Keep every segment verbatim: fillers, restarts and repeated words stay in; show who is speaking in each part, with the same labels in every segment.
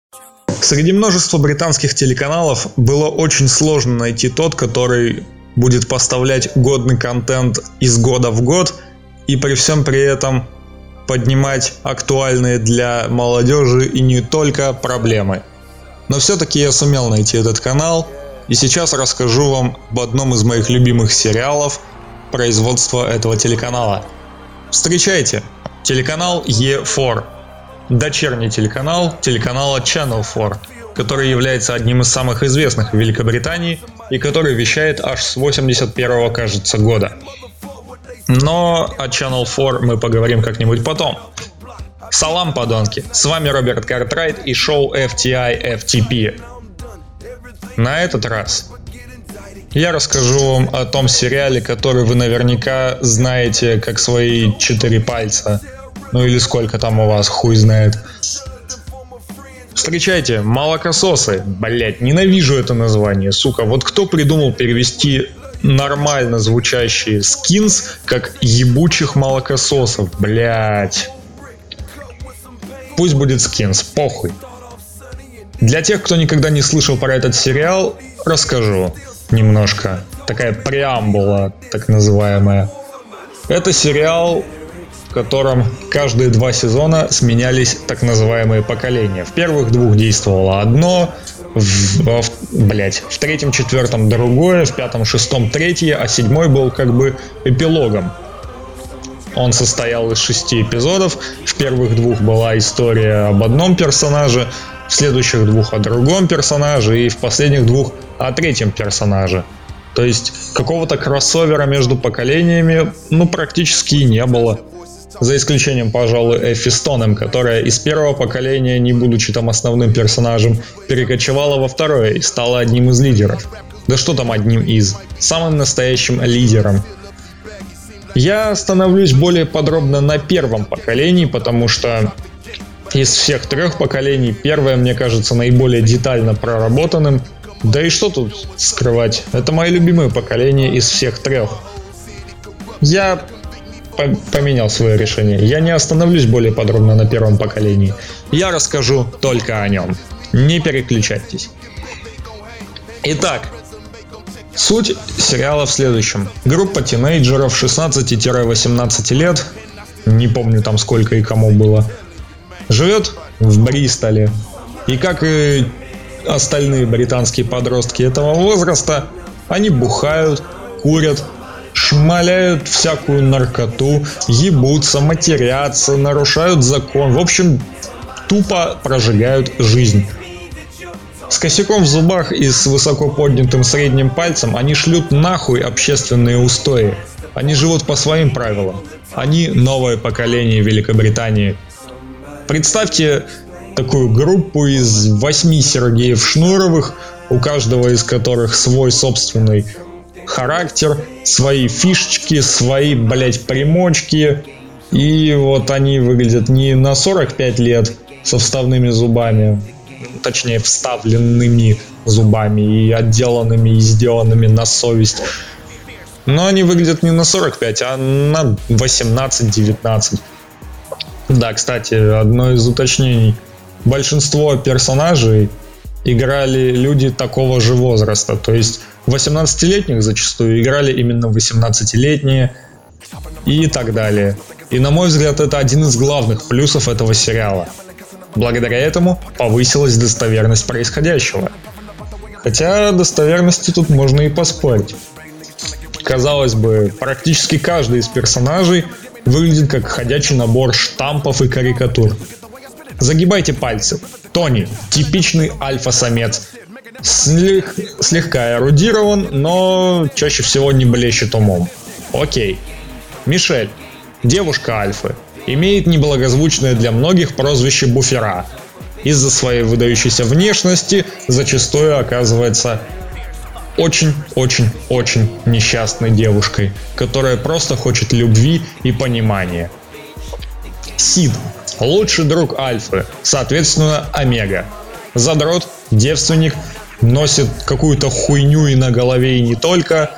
Speaker 1: Среди множества британских телеканалов было очень сложно найти тот, который будет поставлять годный контент из года в год и при всем при этом поднимать актуальные для молодежи и не только проблемы. Но все-таки я сумел найти этот канал, и сейчас расскажу вам об одном из моих любимых сериалов производства этого телеканала. Встречайте, телеканал и четыре, дочерний телеканал телеканала Channel четыре, который является одним из самых известных в Великобритании и который вещает аж с восемьдесят первого, кажется, года. Но о Channel четыре мы поговорим как-нибудь потом. Салам, подонки! С вами Роберт Картрайт и шоу эф ти ай эф ти пи. На этот раз я расскажу вам о том сериале, который вы наверняка знаете как свои четыре пальца. Ну или сколько там у вас, хуй знает. Встречайте, молокососы. Блять, ненавижу это название, сука. Вот кто придумал перевести нормально звучащие скинс как ебучих молокососов, блять. Пусть будет скинс, похуй. Для тех, кто никогда не слышал про этот сериал, расскажу немножко. Такая преамбула, так называемая. Это сериал, в котором каждые два сезона сменялись так называемые поколения. В первых двух действовало одно, в, в, блять, в третьем, четвертом другое, в пятом, шестом третье, а седьмой был как бы эпилогом. Он состоял из шести эпизодов. В первых двух была история об одном персонаже, в следующих двух о другом персонаже и в последних двух о третьем персонаже. То есть какого-то кроссовера между поколениями ну практически и не было. За исключением, пожалуй, Эффи Стоунем, которая из первого поколения, не будучи там основным персонажем, перекочевала во второе и стала одним из лидеров. Да что там одним из? Самым настоящим лидером. Я остановлюсь более подробно на первом поколении, потому что из всех трех поколений первое, мне кажется, наиболее детально проработанным. Да и что тут скрывать? Это мое любимое поколение из всех трех. Я по- поменял свое решение. Я не остановлюсь более подробно на первом поколении. Я расскажу только о нем. Не переключайтесь. Итак, суть сериала в следующем. Группа тинейджеров шестнадцати-восемнадцати лет, не помню там сколько и кому было, живет в Бристоле. И как и остальные британские подростки этого возраста, они бухают, курят, шмаляют всякую наркоту, ебутся, матерятся, нарушают закон. В общем, тупо прожигают жизнь. С косяком в зубах и с высоко поднятым средним пальцем они шлют нахуй общественные устои. Они живут по своим правилам. Они новое поколение Великобритании. Представьте такую группу из восьми Сергеев Шнуровых, у каждого из которых свой собственный характер, свои фишечки, свои, блять, примочки. И вот они выглядят не на сорок пять лет со вставными зубами, точнее вставленными зубами и отделанными и сделанными на совесть. Но они выглядят не на сорок пять, а на восемнадцать-девятнадцать. Да, кстати, одно из уточнений. Большинство персонажей играли люди такого же возраста. То есть восемнадцатилетних зачастую играли именно восемнадцатилетние и так далее. И на мой взгляд, это один из главных плюсов этого сериала. Благодаря этому повысилась достоверность происходящего. Хотя достоверности тут можно и поспорить. Казалось бы, практически каждый из персонажей выглядит как ходячий набор штампов и карикатур. Загибайте пальцы. Тони – типичный альфа-самец. Слег... Слегка эрудирован, но чаще всего не блещет умом. Окей. Мишель – девушка альфы. Имеет неблагозвучное для многих прозвище буфера. Из-за своей выдающейся внешности зачастую оказывается очень-очень-очень несчастной девушкой, которая просто хочет любви и понимания. Сид – лучший друг Альфы, соответственно Омега. Задрот, девственник, носит какую-то хуйню и на голове, и не только,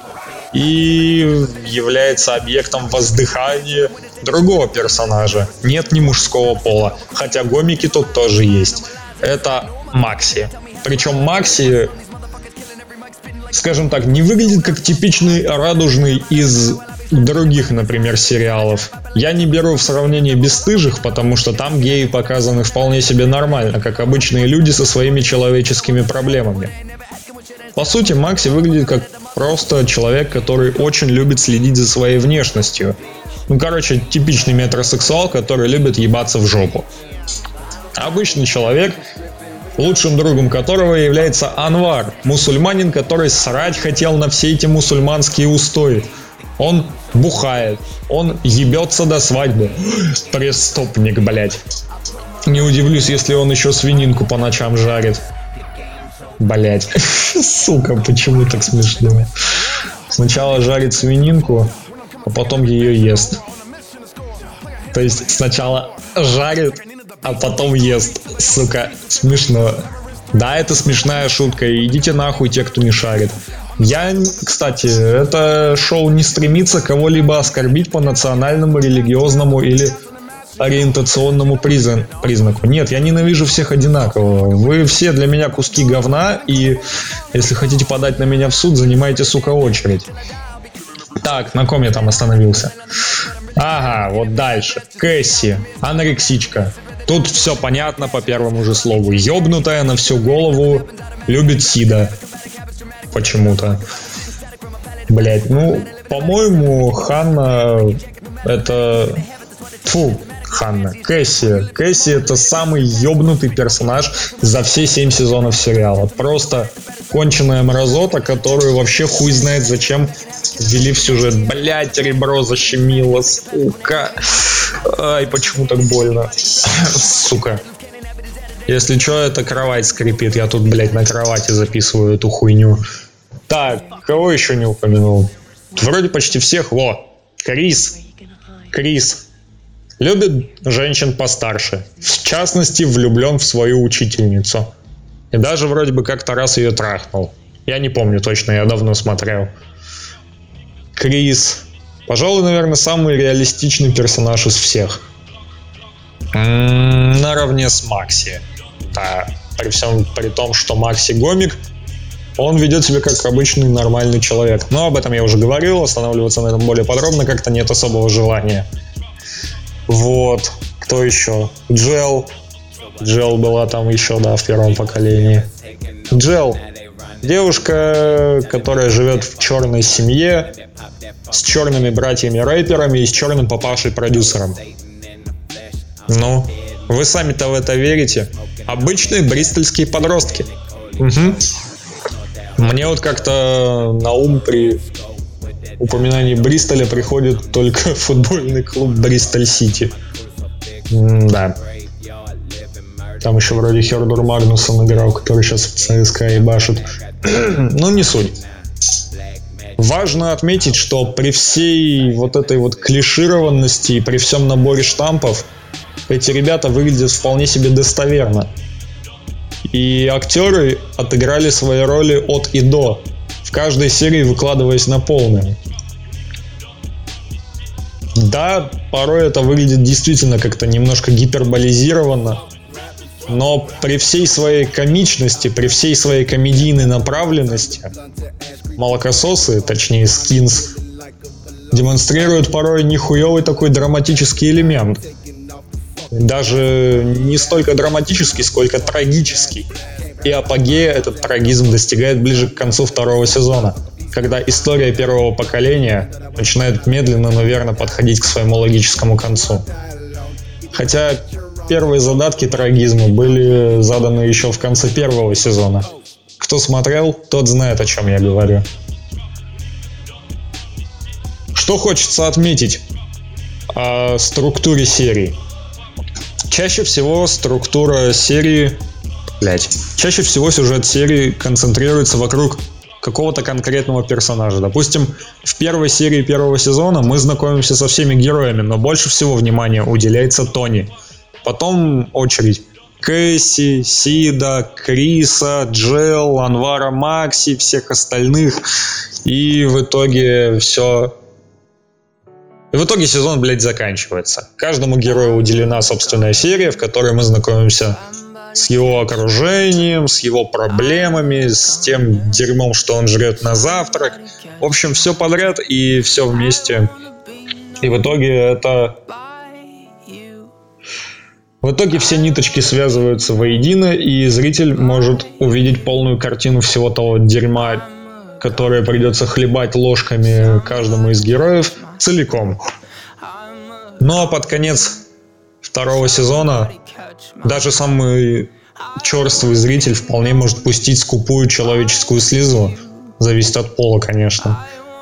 Speaker 1: и является объектом воздыхания другого персонажа. Нет, не мужского пола, хотя гомики тут тоже есть. это Макси. Причем Макси, скажем так, не выглядит как типичный радужный из других, например, сериалов. Я не беру в сравнение «Бесстыжих», потому что там геи показаны вполне себе нормально, как обычные люди со своими человеческими проблемами. По сути, Макси выглядит как просто человек, который очень любит следить за своей внешностью. Ну, короче, типичный метросексуал, который любит ебаться в жопу. Обычный человек, лучшим другом которого является Анвар, мусульманин, который срать хотел на все эти мусульманские устои. Он бухает, он ебется до свадьбы. Преступник, блять. Не удивлюсь, если он еще свининку по ночам жарит. Блять. Сука, почему так смешно? Сначала жарит свининку, а потом ее ест. То есть сначала жарит, а потом ест. Сука, смешно. Да, это смешная шутка. Идите нахуй те, кто не шарит. Я, кстати, это шоу не стремится кого-либо оскорбить по национальному, религиозному или ориентационному призна- признаку. Нет, я ненавижу всех одинаково. Вы все для меня куски говна, и если хотите подать на меня в суд, занимайте, сука, очередь. Так, на ком я там остановился? Ага, вот дальше. Кэсси, анорексичка. Тут все понятно по первому же слову. Ёбнутая на всю голову, любит Сида. Почему-то. Блять, ну, по-моему, Ханна это... Фу, Ханна. Кэсси. Кэсси это самый ёбнутый персонаж за все семь сезонов сериала. Просто конченая мразота, которую вообще хуй знает зачем ввели в сюжет. Блять, ребро защемило, сука. Ай, почему так больно? Сука. Если что, это кровать скрипит. Я тут, блять, на кровати записываю эту хуйню. Так, кого еще не упомянул? Вроде почти всех. Во, Крис. Крис. Любит женщин постарше. В частности, влюблен в свою учительницу. И даже вроде бы как-то раз ее трахнул. Я не помню точно, я давно смотрел. Крис. Пожалуй, наверное, самый реалистичный персонаж из всех. М-м, наравне с Макси. Да, при всем при том, что Макси гомик, он ведет себя как обычный нормальный человек. Но об этом я уже говорил, останавливаться на этом более подробно как-то нет особого желания. Вот. Кто еще? Джел. Джел была там еще, да, в первом поколении. Джел. Девушка, которая живет в черной семье, с черными братьями-рэперами и с черным папашей-продюсером. Ну, вы сами-то в это верите? Обычные бристольские подростки. Угу. Мне вот как-то на ум при упоминании Бристоля приходит только футбольный клуб Бристоль-Сити. М-да. Там еще вроде Хердур Магнусон играл, который сейчас в ЦСКА ебашит. Ну, не суть. Важно отметить, что при всей вот этой вот клишированности и при всем наборе штампов эти ребята выглядят вполне себе достоверно. И актеры отыграли свои роли от и до, в каждой серии выкладываясь на полную. Да, порой это выглядит действительно как-то немножко гиперболизированно, но при всей своей комичности, при всей своей комедийной направленности молокососы, точнее Скинс, демонстрируют порой нихуевый такой драматический элемент. Даже не столько драматический, сколько трагический. И апогея этот трагизм достигает ближе к концу второго сезона, когда история первого поколения начинает медленно, но верно подходить к своему логическому концу. Хотя первые задатки трагизма были заданы еще в конце первого сезона. Кто смотрел, тот знает, о чем я говорю. Что хочется отметить о структуре серии? Чаще всего структура серии... Блять. Чаще всего сюжет серии концентрируется вокруг какого-то конкретного персонажа. Допустим, в первой серии первого сезона мы знакомимся со всеми героями, но больше всего внимания уделяется Тони. Потом очередь Кэсси, Сида, Криса, Джел, Анвара, Макси, всех остальных. И в итоге все... И в итоге сезон, блядь, заканчивается. Каждому герою уделена собственная серия, в которой мы знакомимся с его окружением, с его проблемами, с тем дерьмом, что он жрет на завтрак. В общем, все подряд и все вместе. И в итоге это... В итоге все ниточки связываются воедино, и зритель может увидеть полную картину всего того дерьма, которое придется хлебать ложками каждому из героев целиком. Ну а под конец второго сезона даже самый черствый зритель вполне может пустить скупую человеческую слезу. Зависит от пола, конечно.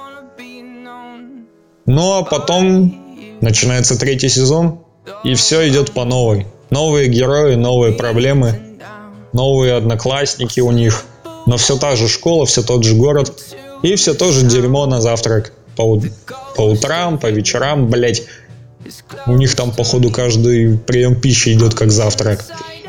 Speaker 1: Ну а потом начинается третий сезон, и все идет по новой. Новые герои, новые проблемы, новые одноклассники у них. Но все та же школа, все тот же город. И все то же дерьмо на завтрак. По, по утрам, по вечерам, блять. У них там, походу, каждый прием пищи идет как завтрак.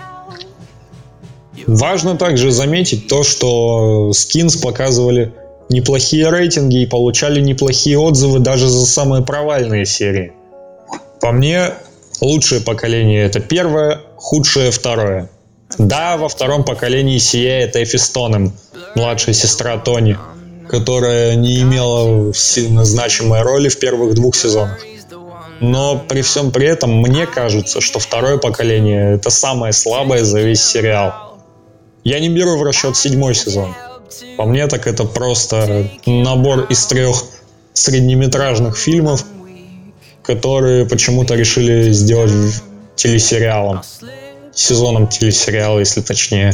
Speaker 1: Важно также заметить то, что Skins показывали неплохие рейтинги и получали неплохие отзывы даже за самые провальные серии. По мне, лучшее поколение — это первое, худшее — второе. Да, во втором поколении сияет Эффи Стонем, младшая сестра Тони, которая не имела сильно значимой роли в первых двух сезонах. Но при всем при этом мне кажется, что второе поколение — это самое слабое за весь сериал. Я не беру в расчет седьмой сезон. По мне так это просто набор из трех среднеметражных фильмов, которые почему-то решили сделать телесериалом. Сезоном телесериала, если точнее.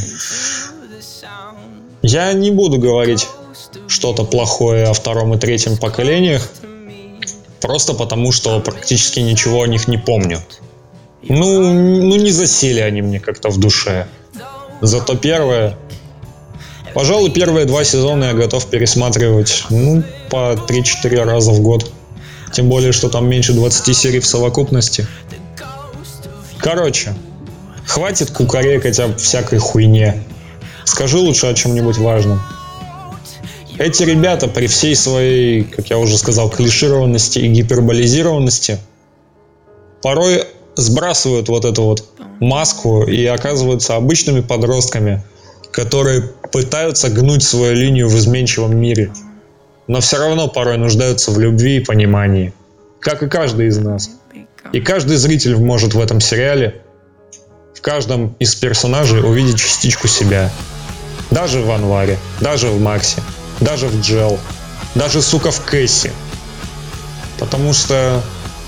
Speaker 1: Я не буду говорить что-то плохое о втором и третьем поколениях, просто потому, что практически ничего о них не помню. Ну, ну не засели они мне как-то в душе. Зато первое... Пожалуй, первые два сезона я готов пересматривать, ну, по три-четыре раза в год. Тем более, что там меньше двадцати серий в совокупности. Короче, хватит кукарекать об всякой хуйне. Скажи лучше о чем-нибудь важном. Эти ребята при всей своей, как я уже сказал, клишированности и гиперболизированности порой сбрасывают вот эту вот маску и оказываются обычными подростками, которые пытаются гнуть свою линию в изменчивом мире, но все равно порой нуждаются в любви и понимании, как и каждый из нас. И каждый зритель может в этом сериале, в каждом из персонажей увидеть частичку себя. Даже в Анваре, даже в Максе, даже в Джел, даже, сука, в Кэсси. Потому что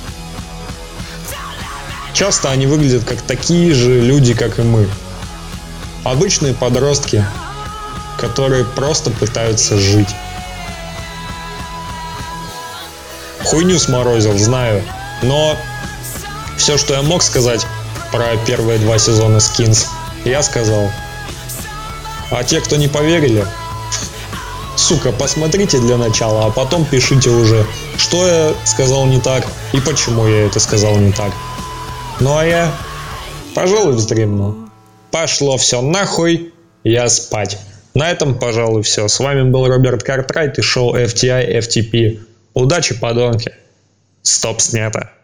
Speaker 1: часто они выглядят как такие же люди, как и мы. Обычные подростки, которые просто пытаются жить. Хуйню сморозил, знаю. Но все, что я мог сказать про первые два сезона Skins, я сказал. А те, кто не поверили, сука, посмотрите для начала, а потом пишите уже, что я сказал не так и почему я это сказал не так. Ну а я, пожалуй, вздремну. Пошло все нахуй, я спать. На этом, пожалуй, все. С вами был Роберт Картрайт и шоу эф ти ай эф ти пи. Удачи, подонки. Стоп, снято.